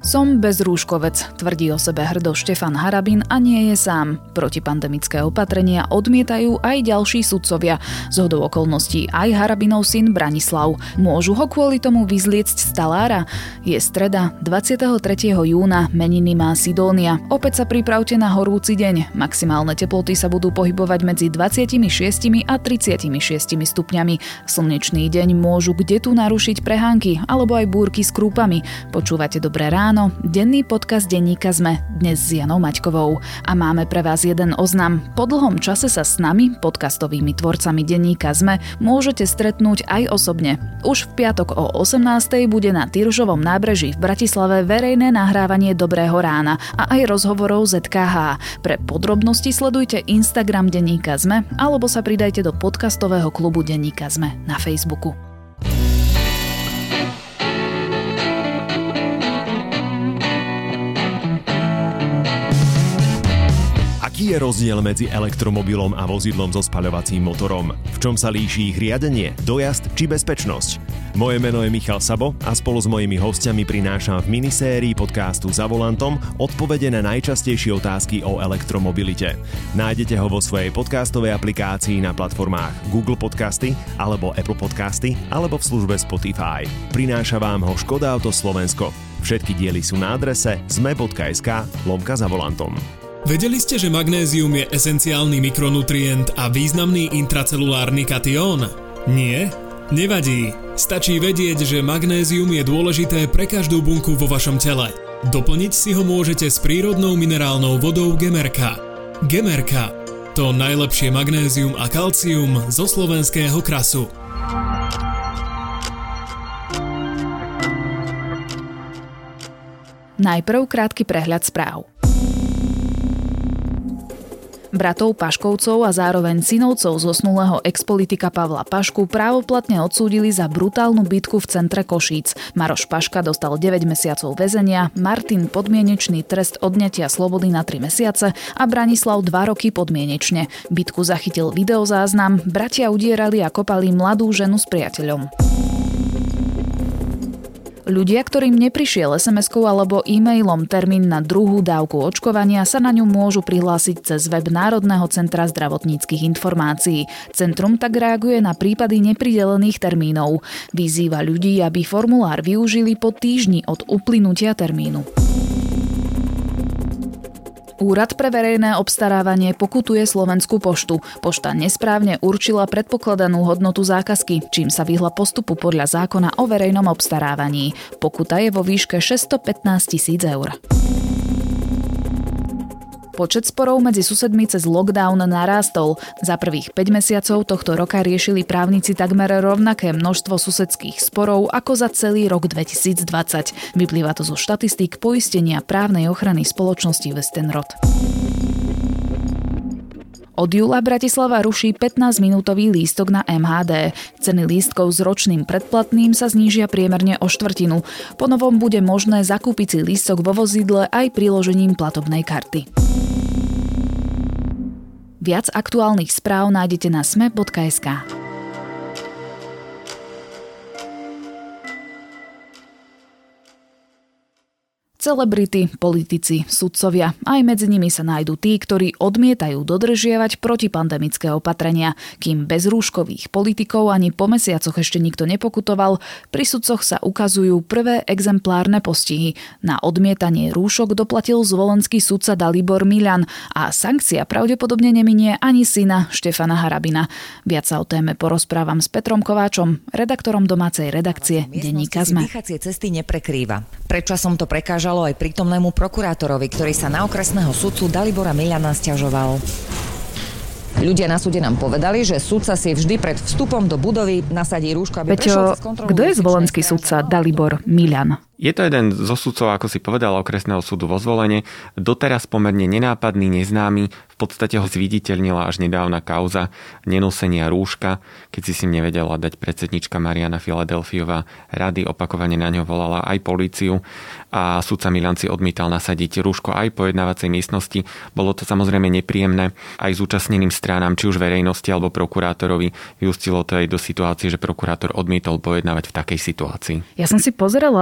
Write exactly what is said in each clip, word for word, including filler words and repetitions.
Som bezrúškovec, tvrdí o sebe hrdo Štefan Harabin a nie je sám. Protipandemické opatrenia odmietajú aj ďalší sudcovia. Zhodou okolností aj Harabinov syn Branislav. Môžu ho kvôli tomu vyzliecť z talára? Je streda, dvadsiateho tretieho júna, meniny má Sidónia. Opäť sa pripravte na horúci deň. Maximálne teploty sa budú pohybovať medzi dvadsaťšesť a tridsaťšesť stupňami. Slnečný deň môžu kdetu narušiť prehánky alebo aj búrky s krúpami. Počúvate Dobré ráno, denný podcast denníka SME, dnes s Janou Maťkovou. A máme pre vás jeden oznam. Po dlhom čase sa s nami, podcastovými tvorcami denníka SME, môžete stretnúť aj osobne. Už v piatok o osemnástej bude na Tyršovom nábreží v Bratislave verejné nahrávanie Dobrého rána a aj rozhovorov zet ká há. Pre podrobnosti sledujte Instagram denníka SME alebo sa pridajte do podcastového klubu denníka SME na Facebooku. Aký je rozdiel medzi elektromobilom a vozidlom so spaľovacím motorom? V čom sa líši ich riadenie, dojazd či bezpečnosť? Moje meno je Michal Sabo a spolu s mojimi hostiami prinášam v minisérii podcastu Za volantom odpovede na najčastejšie otázky o elektromobilite. Nájdete ho vo svojej podcastovej aplikácii na platformách Google Podcasty alebo Apple Podcasty alebo v službe Spotify. Prináša vám ho Škoda Auto Slovensko. Všetky diely sú na adrese sme bodka es ká lomka za volantom. Vedeli ste, že magnézium je esenciálny mikronutrient a významný intracelulárny katión? Nie? Nevadí. Stačí vedieť, že magnézium je dôležité pre každú bunku vo vašom tele. Doplniť si ho môžete s prírodnou minerálnou vodou Gemerka. Gemerka. To najlepšie magnézium a kalcium zo slovenského krasu. Najprv krátky prehľad správ. Bratov Paškovcov a zároveň synovcov zosnulého expolitika Pavla Pašku právoplatne odsúdili za brutálnu bitku v centre Košíc. Maroš Paška dostal deväť mesiacov väzenia, Martin podmienečný trest odňatia slobody na tri mesiace a Branislav dva roky podmienečne. Bitku zachytil videozáznam, bratia udierali a kopali mladú ženu s priateľom. Ľudia, ktorým neprišiel es em eskou alebo e-mailom termín na druhú dávku očkovania, sa na ňu môžu prihlásiť cez web Národného centra zdravotníckych informácií. Centrum tak reaguje na prípady nepridelených termínov. Vyzýva ľudí, aby formulár využili po týždni od uplynutia termínu. Úrad pre verejné obstarávanie pokutuje Slovenskú poštu. Pošta nesprávne určila predpokladanú hodnotu zákazky, čím sa vyhla postupu podľa zákona o verejnom obstarávaní. Pokuta je vo výške šesťstopätnásť tisíc eur. Počet sporov medzi susedmi cez lockdown narástol. Za prvých päť mesiacov tohto roka riešili právnici takmer rovnaké množstvo susedských sporov ako za celý rok dvetisícdvadsať. Vyplýva to zo štatistík poistenia právnej ochrany spoločnosti Westinrod. Od júla Bratislava ruší pätnásťminútový lístok na em há dé. Ceny lístkov s ročným predplatným sa znížia priemerne o štvrtinu. Po novom bude možné zakúpiť si lístok vo vozidle aj priložením platobnej karty. Viac aktuálnych správ nájdete na sme bodka es ká. Celebrity, politici, sudcovia, aj medzi nimi sa nájdú tí, ktorí odmietajú dodržiavať protipandemické opatrenia. Kým bez rúškových politikov ani po mesiacoch ešte nikto nepokutoval, pri sudcoch sa ukazujú prvé exemplárne postihy. Na odmietanie rúšok doplatil zvolenský sudca Dalibor Miľan a sankcia pravdepodobne neminie ani syna Štefana Harabina. Viac sa o téme porozprávam s Petrom Kováčom, redaktorom domácej redakcie denníka SME. Dýchacie cesty neprekrýva. Predčasom to prekážalo aj prítomnému prokurátorovi, ktorý sa na okresného sudcu Dalibora Miľana sťažoval. Ľudia na súde nám povedali, že sudca si vždy pred vstupom do budovy nasadí rúško, aby Peťo, prešiel cez kontrolu. Kto je zvolenský sudca Dalibor Miľan? Je to jeden zo sudcov, ako si povedal, okresného súdu vo Zvolene. Doteraz pomerne nenápadný, neznámy. V podstate ho zviditeľnila až nedávna kauza nenosenia rúška, keď si si nevedela dať predsednička Mariana Filadelfiová rady, opakovane na ňo volala aj políciu a sudca Miľan si odmietal nasadiť rúško aj po pojednávacej miestnosti. Bolo to samozrejme nepríjemné aj zúčastneným stranám, či už verejnosti alebo prokurátorovi. Vyústilo to aj do situácie, že prokurátor odmietol pojednávať v takej situácii. Ja som si pozerala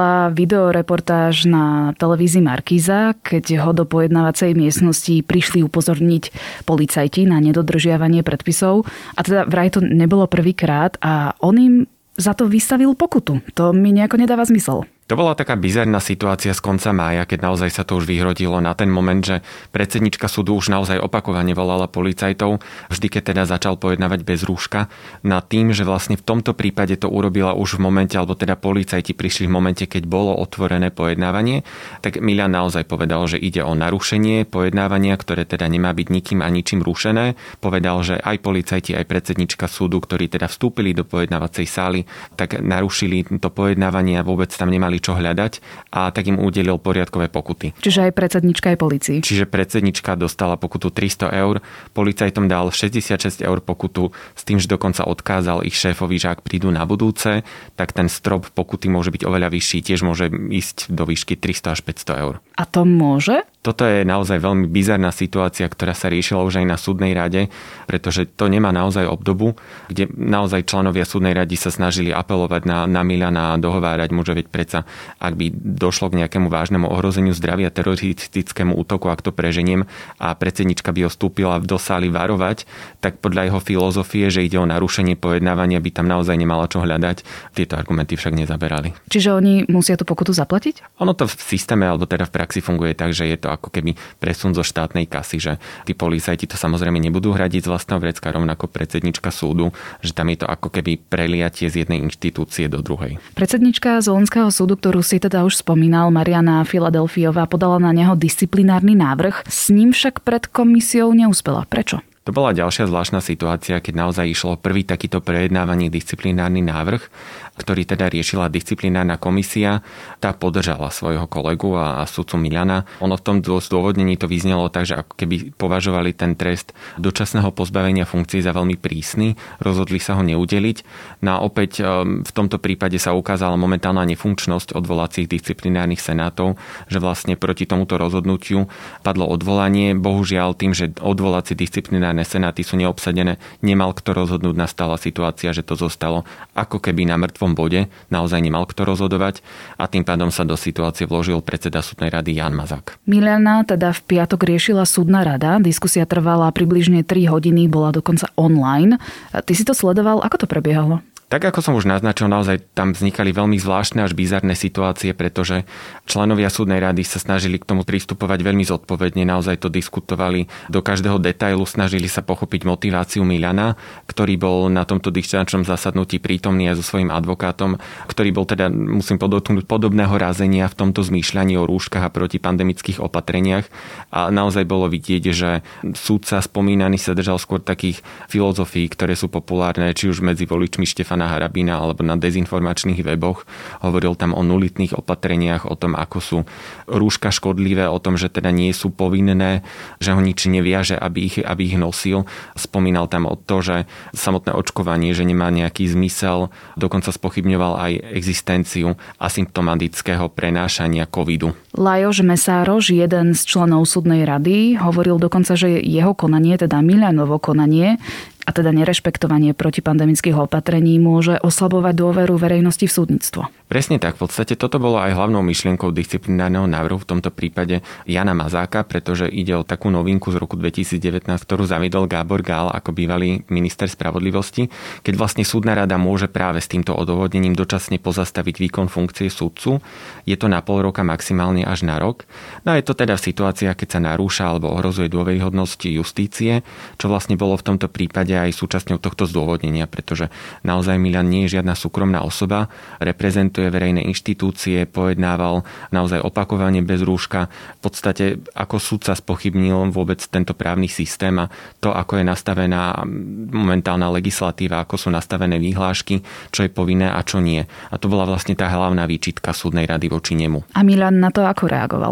videoreportáž na televízii Markíza, keď ho do pojednávacej miestnosti prišli upozorniť policajti na nedodržiavanie predpisov. A teda vraj to nebolo prvýkrát a on im za to vystavil pokutu. To mi nejako nedáva zmysel. To bola taká bizarná situácia z konca mája, keď naozaj sa to už vyhrodilo na ten moment, že predsednička súdu už naozaj opakovane volala policajtov, vždy keď teda začal pojednávať bez rúška, na tým, že vlastne v tomto prípade to urobila už v momente, alebo teda policajti prišli v momente, keď bolo otvorené pojednávanie, tak Milan naozaj povedal, že ide o narušenie pojednávania, ktoré teda nemá byť nikým a ničím rušené. Povedal, že aj policajti, aj predsednička súdu, ktorí teda vstúpili do pojednávacej sály, tak narušili to pojednávanie a vôbec tam nemali čo hľadať a tak im udelil poriadkové pokuty. Čiže aj predsednička aj polícii. Čiže predsednička dostala pokutu tristo eur, policajtom dal šesťdesiatšesť eur pokutu s tým, že dokonca odkázal ich šéfovi, že ak prídu na budúce, tak ten strop pokuty môže byť oveľa vyšší, tiež môže ísť do výšky tristo až päťsto eur. A to môže? Toto je naozaj veľmi bizarná situácia, ktorá sa riešila už aj na súdnej rade, pretože to nemá naozaj obdobu, kde naozaj členovia súdnej rady sa snažili apelovať na, na Milana a dohovárať mu, že veď predsa, ak by došlo k nejakému vážnemu ohrozeniu zdravia, teroristickému útoku, ak to preženiem, a predsednička by ho vstúpila do sály varovať, tak podľa jeho filozofie, že ide o narušenie pojednávania, by tam naozaj nemala čo hľadať. Tieto argumenty však nezaberali. Čiže oni musia tú pokutu zaplatiť? Ono to v systéme, alebo teda v praxi funguje tak, že je to ako keby presun zo štátnej kasy, že tí policajti to samozrejme nebudú hradiť z vlastného vrecka, rovnako predsednička súdu, že tam je to ako keby preliatie z jednej inštitúcie do druhej. Predsednička Zvolenského súdu, ktorú si teda už spomínal, Mariana Filadelfiová, podala na neho disciplinárny návrh. S ním však pred komisiou neúspela. Prečo? To bola ďalšia zvláštna situácia, keď naozaj išlo prvý takýto prejednávaný disciplinárny návrh, ktorý teda riešila disciplinárna komisia. Tá podržala svojho kolegu a, a sudcu Milana. Ono v tom zdôvodnení to vyznelo tak, že ako keby považovali ten trest dočasného pozbavenia funkcií za veľmi prísny, rozhodli sa ho neudeliť. No a opäť v tomto prípade sa ukázala momentálna nefunkčnosť odvolacích disciplinárnych senátov, že vlastne proti tomuto rozhodnutiu padlo odvolanie. Bohužiaľ tým, že odvolacie disciplinárne senáty sú neobsadené, nemal kto rozhodnúť, nastala situácia, že to zostalo ako keby na mŕtvom bode, naozaj nemal kto rozhodovať a tým pádom sa do situácie vložil predseda súdnej rady Ján Mazák. Milana teda v piatok riešila súdna rada, diskusia trvala približne tri hodiny, bola dokonca online. Ty si to sledoval, ako to prebiehalo? Tak ako som už naznačil, naozaj tam vznikali veľmi zvláštne až bizarné situácie, pretože členovia súdnej rady sa snažili k tomu pristupovať veľmi zodpovedne, naozaj to diskutovali do každého detailu, snažili sa pochopiť motiváciu Milana, ktorý bol na tomto dištančnom zasadnutí prítomný aj so svojím advokátom, ktorý bol teda, musím podotknúť, podobného razenia v tomto zmýšľaní o rúškach a protipandemických opatreniach a naozaj bolo vidieť, že súdca spomínaný sa držal skôr takých filozofií, ktoré sú populárne, či už medzi voličmi Štefana Harabina alebo na dezinformačných weboch. Hovoril tam o nulitných opatreniach, o tom, ako sú rúška škodlivé, o tom, že teda nie sú povinné, že ho nič neviaže, aby ich, aby ich nosil. Spomínal tam o to, že samotné očkovanie, že nemá nejaký zmysel, dokonca spochybňoval aj existenciu asymptomatického prenášania covidu. Lajos Mesároš, jeden z členov súdnej rady, hovoril dokonca, že jeho konanie, teda Milanovo konanie, a teda nerešpektovanie protipandemických opatrení môže oslabovať dôveru verejnosti v súdnictvo. Presne tak. V podstate toto bolo aj hlavnou myšlienkou disciplinárneho návrhu, v tomto prípade Jana Mazáka, pretože ide o takú novinku z roku dvetisícdevätnásť, ktorú zaviedol Gábor Gál ako bývalý minister spravodlivosti, keď vlastne súdna rada môže práve s týmto odôvodnením dočasne pozastaviť výkon funkcie sudcu. Je to na pol roka, maximálne až na rok. No a je to teda v situáciách, keď sa narúša alebo ohrozuje dôveryhodnosť justície, čo vlastne bolo v tomto prípade aj súčasťou tohto zdôvodnenia, pretože naozaj Milan nie je žiadna súkromná osoba, reprezentuje verejné inštitúcie, pojednával naozaj opakovane bez rúška. V podstate ako sudca spochybnil vôbec tento právny systém a to, ako je nastavená momentálna legislatíva, ako sú nastavené výhlášky, čo je povinné a čo nie. A to bola vlastne tá hlavná výčitka súdnej rady voči nemu. A Milan na to ako reagoval?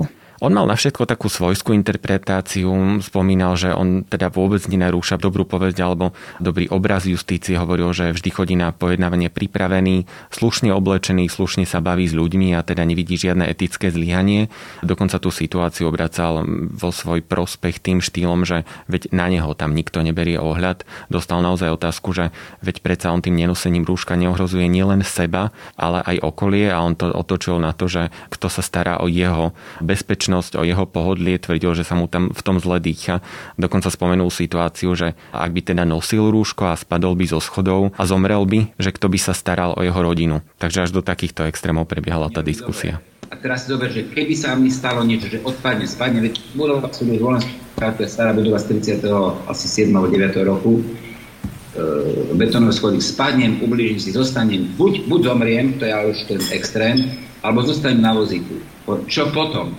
On mal na všetko takú svojskú interpretáciu, spomínal, že on teda vôbec nenarúša dobrú povesť alebo dobrý obraz justície, hovoril, že vždy chodí na pojednávanie pripravený, slušne oblečený, slušne sa baví s ľuďmi a teda nevidí žiadne etické zlyhanie. Dokonca tú situáciu obracal vo svoj prospech tým štýlom, že veď na neho tam nikto neberie ohľad. Dostal naozaj otázku, že veď predsa on tým nenosením rúška neohrozuje nielen seba, ale aj okolie a on to otočil na to, že kto sa stará o jeho bezpečnosť, o jeho pohodlie, tvrdil, že sa mu tam v tom zle dýcha. Dokonca spomenul situáciu, že ak by teda nosil rúško a spadol by zo schodov a zomrel by, že kto by sa staral o jeho rodinu. Takže až do takýchto extrémov prebiehala tá diskusia. A teraz si dober, že keby sa mi stalo niečo, že odpadne, spadne, veď budova súdu Zvolenského, to je stará budova z tridsiateho siedmeho deviateho roku, e, betónové schody, spadnem, ublížim si, zostanem, buď, buď zomriem, to je ale už ten extrém, alebo zostanem na vozíku. Čo potom?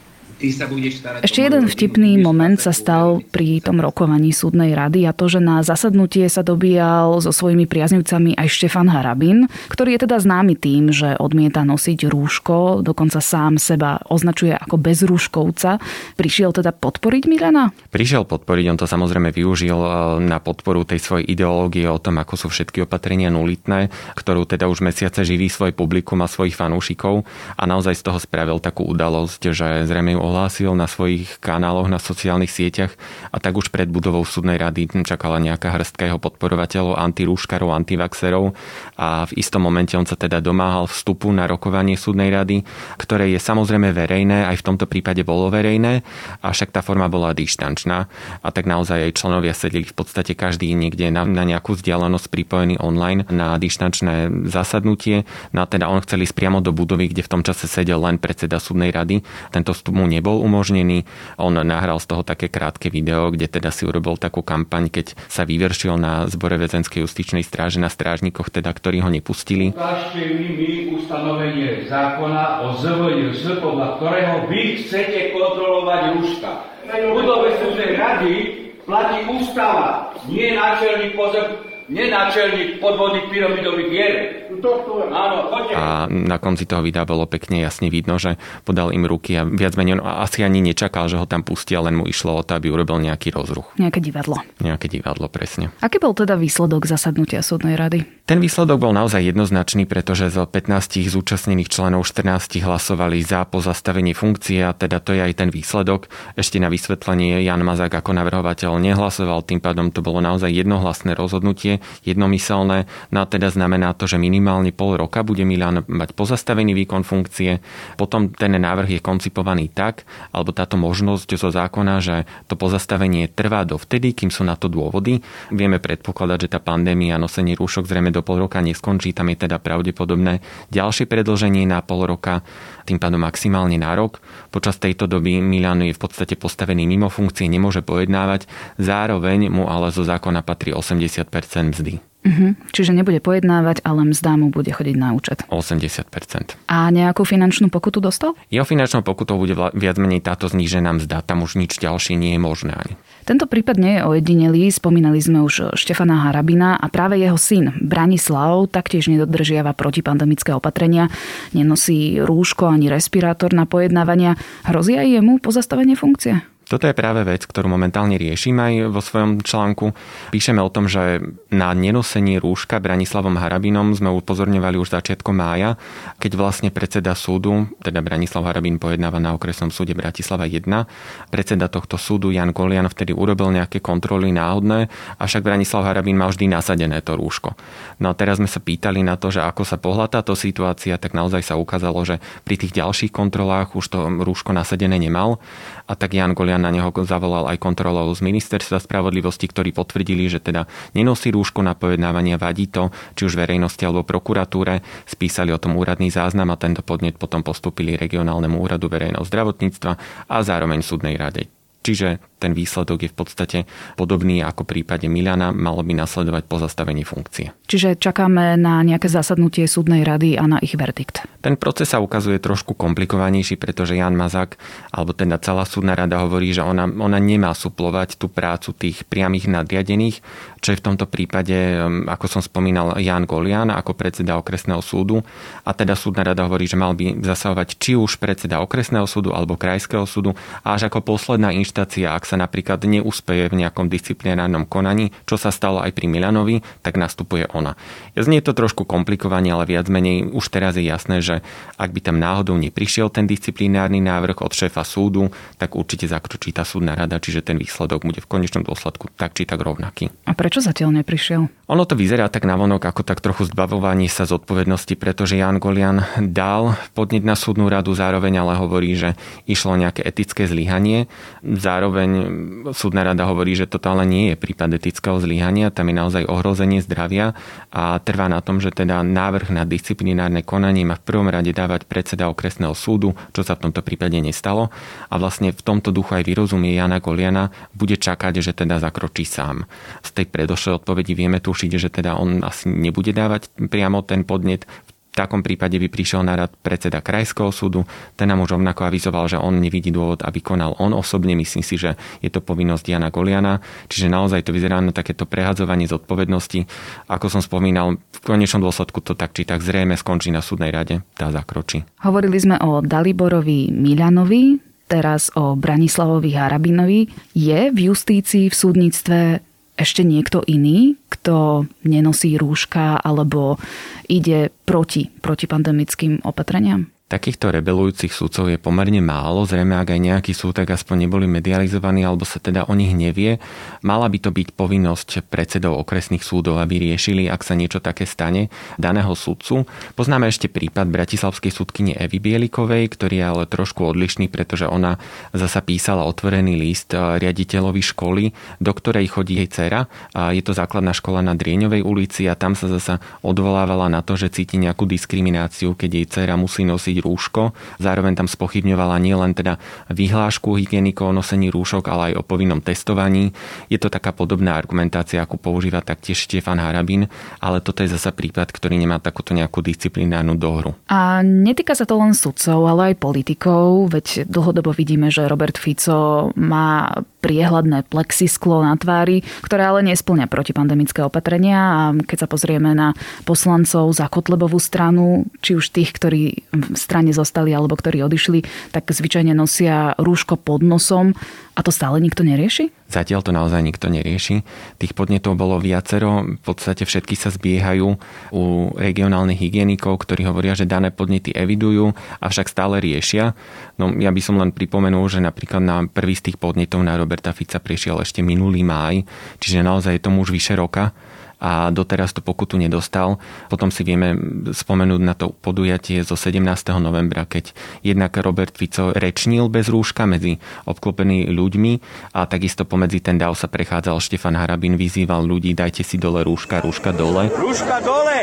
Ešte jeden vtipný moment sa stal pri tom rokovaní súdnej rady a to, že na zasadnutie sa dobíjal so svojimi priaznivcami aj Štefan Harabin, ktorý je teda známy tým, že odmieta nosiť rúško, dokonca sám seba označuje ako bezrúškovca. Prišiel teda podporiť Milana? Prišiel podporiť, on to samozrejme využil na podporu tej svojej ideológie o tom, ako sú všetky opatrenia nulitné, ktorú teda už mesiace živí svoj publikum a svojich fanúšikov a naozaj z toho spravil takú udalosť, že zrejme ju ohlásil na svojich kanáloch na sociálnych sieťach a tak už pred budovou súdnej rady čakala nejaká hrstka jeho podporovateľov, antirúškarov, antivaxerov a v istom momente on sa teda domáhal vstupu na rokovanie súdnej rady, ktoré je samozrejme verejné, aj v tomto prípade bolo verejné, avšak tá forma bola dištančná a tak naozaj aj členovia sedeli v podstate každý niekde na, na nejakú vzdialenosť pripojený online na dištančné zasadnutie. No a teda on chcel ísť priamo do budovy, kde v tom čase sedel len predseda súdnej rady. Tento vstup mu nebol umožnený. On nahral z toho také krátke video, kde teda si urobil takú kampaň, keď sa vyvršil na zbore väzenskej justičnej stráže na strážnikoch, teda, ktorí ho nepustili. Ukážte mi ustanovenie zákona o zet vé jé es, podľa ktorého vy chcete kontrolovať rúška. V budove súdnej rady platí ústava, nie náčelník pozem, nie náčelník podvodných pyramidových hier. Áno, a na konci toho videa bolo pekne jasne vidno, že podal im ruky a viac menej on asi ani nečakal, že ho tam pustia, len mu išlo o to, aby urobil nejaký rozruch. Nejaké divadlo. Nejaké divadlo, presne. Aký bol teda výsledok zasadnutia súdnej rady? Ten výsledok bol naozaj jednoznačný, pretože zo pätnástich zúčastnených členov štrnásť hlasovali za pozastavenie funkcie a teda to je aj ten výsledok. Ešte na vysvetlenie, Ján Mazák ako navrhovateľ nehlasoval, tým pádom to bolo naozaj jednohlasné rozhodnutie, jednomyselné. No a teda znamená to, že minimálne pol roka bude Milan mať pozastavený výkon funkcie. Potom ten návrh je koncipovaný tak, alebo táto možnosť zo zákona, že to pozastavenie trvá dovtedy, kým sú na to dôvody. Vieme predpokladať, že tá pandémia a nosenie rúšok zrejme do pol roka neskončí, tam je teda pravdepodobné ďalšie predĺženie na pol roka, tým pádom maximálne na rok. Počas tejto doby Milan je v podstate postavený mimo funkcie, nemôže pojednávať, zároveň mu ale zo zákona patrí osemdesiat percent mzdy. Uh-huh. Čiže nebude pojednávať, ale mzda mu bude chodiť na účet. osemdesiat percent. A nejakú finančnú pokutu dostal? Jeho finančnou pokutou bude viac menej táto znížená mzda. Tam už nič ďalšie nie je možné ani. Tento prípad nie je ojedinelý. Spomínali sme už Štefana Harabina a práve jeho syn Branislav taktiež nedodržiava protipandemické opatrenia. Nenosí rúško ani respirátor na pojednávania. Hrozí aj jemu pozastavenie funkcie? Toto je práve vec, ktorú momentálne riešim aj vo svojom článku. Píšeme o tom, že na nenosenie rúška Branislavom Harabinom sme upozorňovali už začiatkom mája, keď vlastne predseda súdu, teda Branislav Harabin pojednáva na okresnom súde Bratislava jeden, predseda tohto súdu Jan Golian vtedy urobil nejaké kontroly náhodné, avšak Branislav Harabin mal vždy nasadené to rúško. No a teraz sme sa pýtali na to, že ako sa pohľa táto situácia, tak naozaj sa ukázalo, že pri tých ďalších kontrolách už to rúško nasadené nemal a tak Jan Golian na neho zavolal aj kontrolov z Ministerstva spravodlivosti, ktorí potvrdili, že teda nenosí rúško na pojednávanie, vadí to, či už verejnosti alebo prokuratúre. Spísali o tom úradný záznam a tento podnet potom postúpili regionálnemu úradu verejného zdravotníctva a zároveň súdnej rade. Čiže ten výsledok je v podstate podobný ako v prípade Milana, malo by nasledovať pozastavenie funkcie. Čiže čakáme na nejaké zasadnutie súdnej rady a na ich verdikt. Ten proces sa ukazuje trošku komplikovanejší, pretože Ján Mazák, alebo teda celá súdna rada hovorí, že ona, ona nemá suplovať tú prácu tých priamých nadriadených, čo je v tomto prípade, ako som spomínal, Ján Golian ako predseda okresného súdu. A teda súdna rada hovorí, že mal by zasahovať či už predseda okresného súdu alebo krajského súdu a až ako posledná inštácia, ak sa napríklad neúspeje v nejakom disciplinárnom konaní, čo sa stalo aj pri Milanovi, tak nastupuje ona. Znie to trošku komplikovane, ale viac menej už teraz je jasné, že ak by tam náhodou neprišiel ten disciplinárny návrh od šéfa súdu, tak určite zakročí tá súdna rada, čiže ten výsledok bude v konečnom dôsledku tak či tak rovnaký. A prečo zatiaľ neprišiel? Ono to vyzerá tak navonok ako tak trochu zbavovanie sa zodpovednosti, pretože Ján Golian dal podneť na súdnu radu, zároveň ale hovorí, že išlo nejaké etické zlyhanie. Zároveň súdna rada hovorí, že toto ale nie je prípad etického zlyhania, tam je naozaj ohrozenie zdravia a trvá na tom, že teda návrh na disciplinárne konanie má v prvom rade dávať predseda okresného súdu, čo sa v tomto prípade nestalo. A vlastne v tomto duchu aj vyrozumie Jana Goliana, bude čakať, že teda zakročí sám. Z tej predošlej odpovedi vieme tušiť, že teda on asi nebude dávať priamo ten podnet. V takom prípade by prišiel na rad predseda krajského súdu, ten nám už rovnako avizoval, že on nevidí dôvod, aby konal on osobne. Myslím si, že je to povinnosť Jana Goliana, čiže naozaj to vyzerá na takéto prehadzovanie zodpovednosti. Ako som spomínal, v konečnom dôsledku to tak či tak zrejme skončí na súdnej rade, tá zakročí. Hovorili sme o Daliborovi Milanovi, teraz o Branislavovi Harabinovi. Je v justícii, v súdnictve ešte niekto iný, kto nenosí rúška alebo ide proti protipandemickým opatreniam? Takýchto rebelujúcich sudcov je pomerne málo, zrejme ak aj nejakí sú, tak aspoň neboli medializovaní, alebo sa teda o nich nevie. Mala by to byť povinnosť predsedov okresných súdov, aby riešili, ak sa niečo také stane, daného sudcu. Poznáme ešte prípad bratislavskej sudkyne Evy Bielikovej, ktorý je ale trošku odlišný, pretože ona zasa písala otvorený list riaditeľovi školy, do ktorej chodí jej dcera. Je to základná škola na Drieňovej ulici a tam sa zasa odvolávala na to, že cíti nejakú diskrimináciu, keď jej dcera musí nosiť rúško. Zároveň tam spochybňovala nielen teda vyhlášku hygienikov o nosení rúšok, ale aj o povinnom testovaní. Je to taká podobná argumentácia, akú používa taktiež Štefan Harabin, ale toto je zasa prípad, ktorý nemá takúto nejakú disciplinárnu dohru. A netýka sa to len sudcov, ale aj politikov, veď dlhodobo vidíme, že Robert Fico má priehľadné plexisklo na tvári, ktoré ale nespĺňa protipandemické opatrenia a keď sa pozrieme na poslancov za Kotlebovú stranu, či už tých, ktorí v strane zostali alebo ktorí odišli, tak zvyčajne nosia rúško pod nosom a to stále nikto nerieši? Zatiaľ to naozaj nikto nerieši. Tých podnetov bolo viacero, v podstate všetky sa zbiehajú u regionálnych hygienikov, ktorí hovoria, že dané podnety evidujú, avšak stále riešia. No ja by som len pripomenul, že napríklad na prvý z tých podnetov na Roberta Fica prišiel ešte minulý máj, čiže naozaj je tomu už vyše roka a doteraz tú pokutu nedostal. Potom si vieme spomenúť na to podujatie zo sedemnásteho novembra, keď jednak Robert Fico rečnil bez rúška medzi obklopený ľuďmi a takisto pomedzi ten dáv sa prechádzal Štefan Harabin, vyzýval ľudí, dajte si dole rúška, rúška dole. Rúška dole!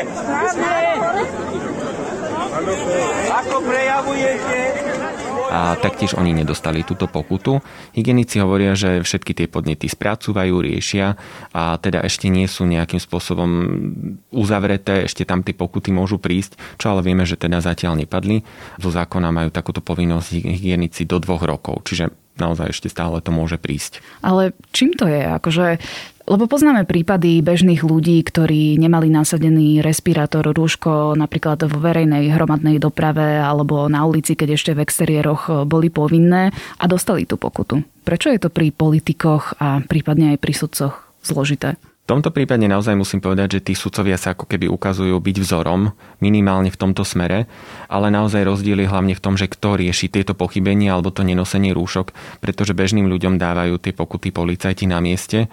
Ako prejavujete? A taktiež oni nedostali túto pokutu. Hygienici hovoria, že všetky tie podnety spracúvajú, riešia a teda ešte nie sú nejakým spôsobom uzavreté, ešte tam tie pokuty môžu prísť, čo ale vieme, že teda zatiaľ nepadli. Zo zákona majú takúto povinnosť hygienici do dvoch rokov, čiže naozaj ešte stále to môže prísť. Ale čím to je? Akože lebo poznáme prípady bežných ľudí, ktorí nemali nasadený respirátor, rúško napríklad vo verejnej hromadnej doprave alebo na ulici, keď ešte v exteriéroch boli povinné a dostali tú pokutu. Prečo je to pri politikoch a prípadne aj pri sudcoch zložité? V tomto prípade naozaj musím povedať, že tí sudcovia sa ako keby ukazujú byť vzorom, minimálne v tomto smere, ale naozaj rozdiel je hlavne v tom, že kto rieši tieto pochybenia alebo to nenosenie rúšok, pretože bežným ľuďom dávajú tie pokuty policajti na mieste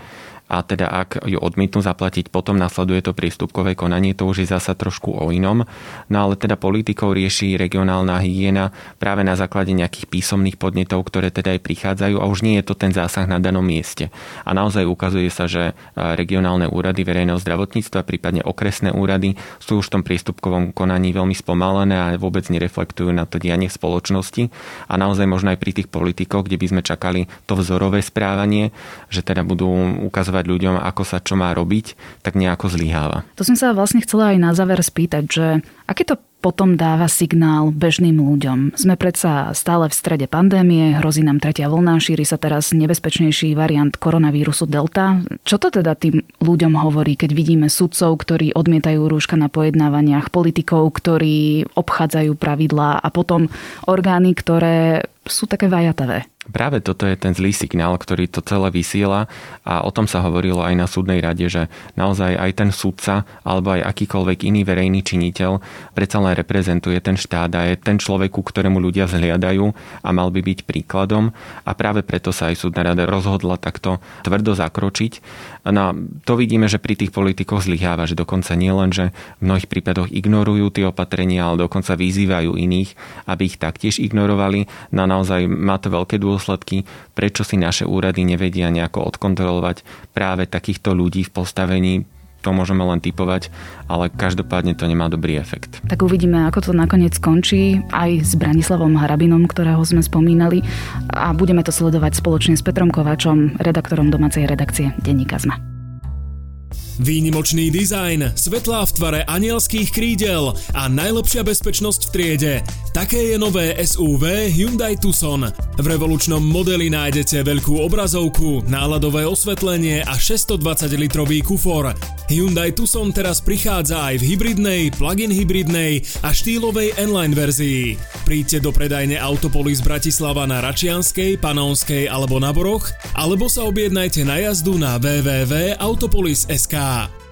a teda ak ju odmietnú zaplatiť, potom nasleduje to priestupkové konanie, to už je zasa trošku o inom. No ale teda politikov rieši regionálna hygiena práve na základe nejakých písomných podnetov, ktoré teda aj prichádzajú a už nie je to ten zásah na danom mieste. A naozaj ukazuje sa, že regionálne úrady verejného zdravotníctva, prípadne okresné úrady sú už v tom priestupkovom konaní veľmi spomalené a vôbec nereflektujú na to dianie v spoločnosti. A naozaj možno aj pri tých politikoch, kde by sme čakali to vzorové správanie, že teda budú ukazovať ľuďom, ako sa čo má robiť, tak nejako zlyháva. To som sa vlastne chcela aj na záver spýtať, že aké to potom dáva signál bežným ľuďom. Sme predsa stále v strede pandémie, hrozí nám tretia vlna, šíri sa teraz nebezpečnejší variant koronavírusu Delta. Čo to teda tým ľuďom hovorí, keď vidíme sudcov, ktorí odmietajú rúška na pojednávaniach, politikov, ktorí obchádzajú pravidlá a potom orgány, ktoré sú také vajatavé? Práve toto je ten zlý signál, ktorý to celé vysiela a o tom sa hovorilo aj na súdnej rade, že naozaj aj ten sudca alebo aj akýkoľvek iný verejný činiteľ predsa len reprezentuje ten štát a je ten človek, ku ktorému ľudia vzhliadajú a mal by byť príkladom a práve preto sa aj súdna rada rozhodla takto tvrdo zakročiť. No, to vidíme, že pri tých politikoch zlyháva, že dokonca nie len, že v mnohých prípadoch ignorujú tie opatrenia, ale dokonca vyzývajú iných, aby ich taktiež ignorovali. No naozaj má to veľké dôsledky, prečo si naše úrady nevedia nejako odkontrolovať práve takýchto ľudí v postavení. To môžeme len tipovať, ale každopádne to nemá dobrý efekt. Tak uvidíme, ako to nakoniec skončí aj s Branislavom Harabinom, ktorého sme spomínali a budeme to sledovať spoločne s Petrom Kováčom, redaktorom domácej redakcie denníka es em e. Výnimočný dizajn, svetlá v tvare anielských krídel a najlepšia bezpečnosť v triede. Také je nové es ú vé Hyundai Tucson. V revolučnom modeli nájdete veľkú obrazovku, náladové osvetlenie a šesťstodvadsať litrový kufor. Hyundai Tucson teraz prichádza aj v hybridnej, plug-in hybridnej a štýlovej N-Line verzii. Príďte do predajne Autopolis Bratislava na Račianskej, Panonskej alebo na Boroch, alebo sa objednajte na jazdu na w w w bodka autopolis bodka es ká.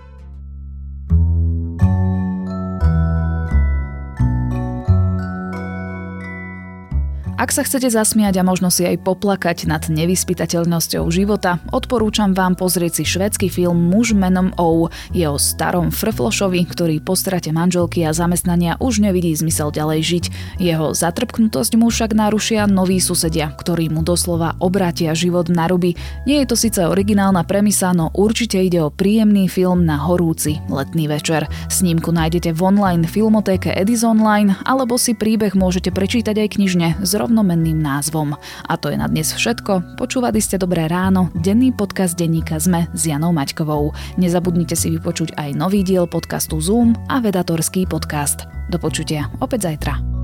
Ak sa chcete zasmiať a možno si aj poplakať nad nevyspytateľnosťou života, odporúčam vám pozrieť si švédsky film Muž menom O. Je o starom frflošovi, ktorý po strate manželky a zamestnania už nevidí zmysel ďalej žiť. Jeho zatrpknutosť mu však narušia noví susedia, ktorí mu doslova obrátia život na ruby. Nie je to síce originálna premisa, no určite ide o príjemný film na horúci letný večer. Snímku nájdete v online filmotéke Edisonline, alebo si príbeh môžete prečítať aj knižne z rovnomenným názvom. A to je na dnes všetko. Počúvali ste Dobré ráno, denný podcast denníka es em e s Janou Maťkovou. Nezabudnite si vypočuť aj nový diel podcastu Zoom a Vedatorský podcast. Do počutia opäť zajtra.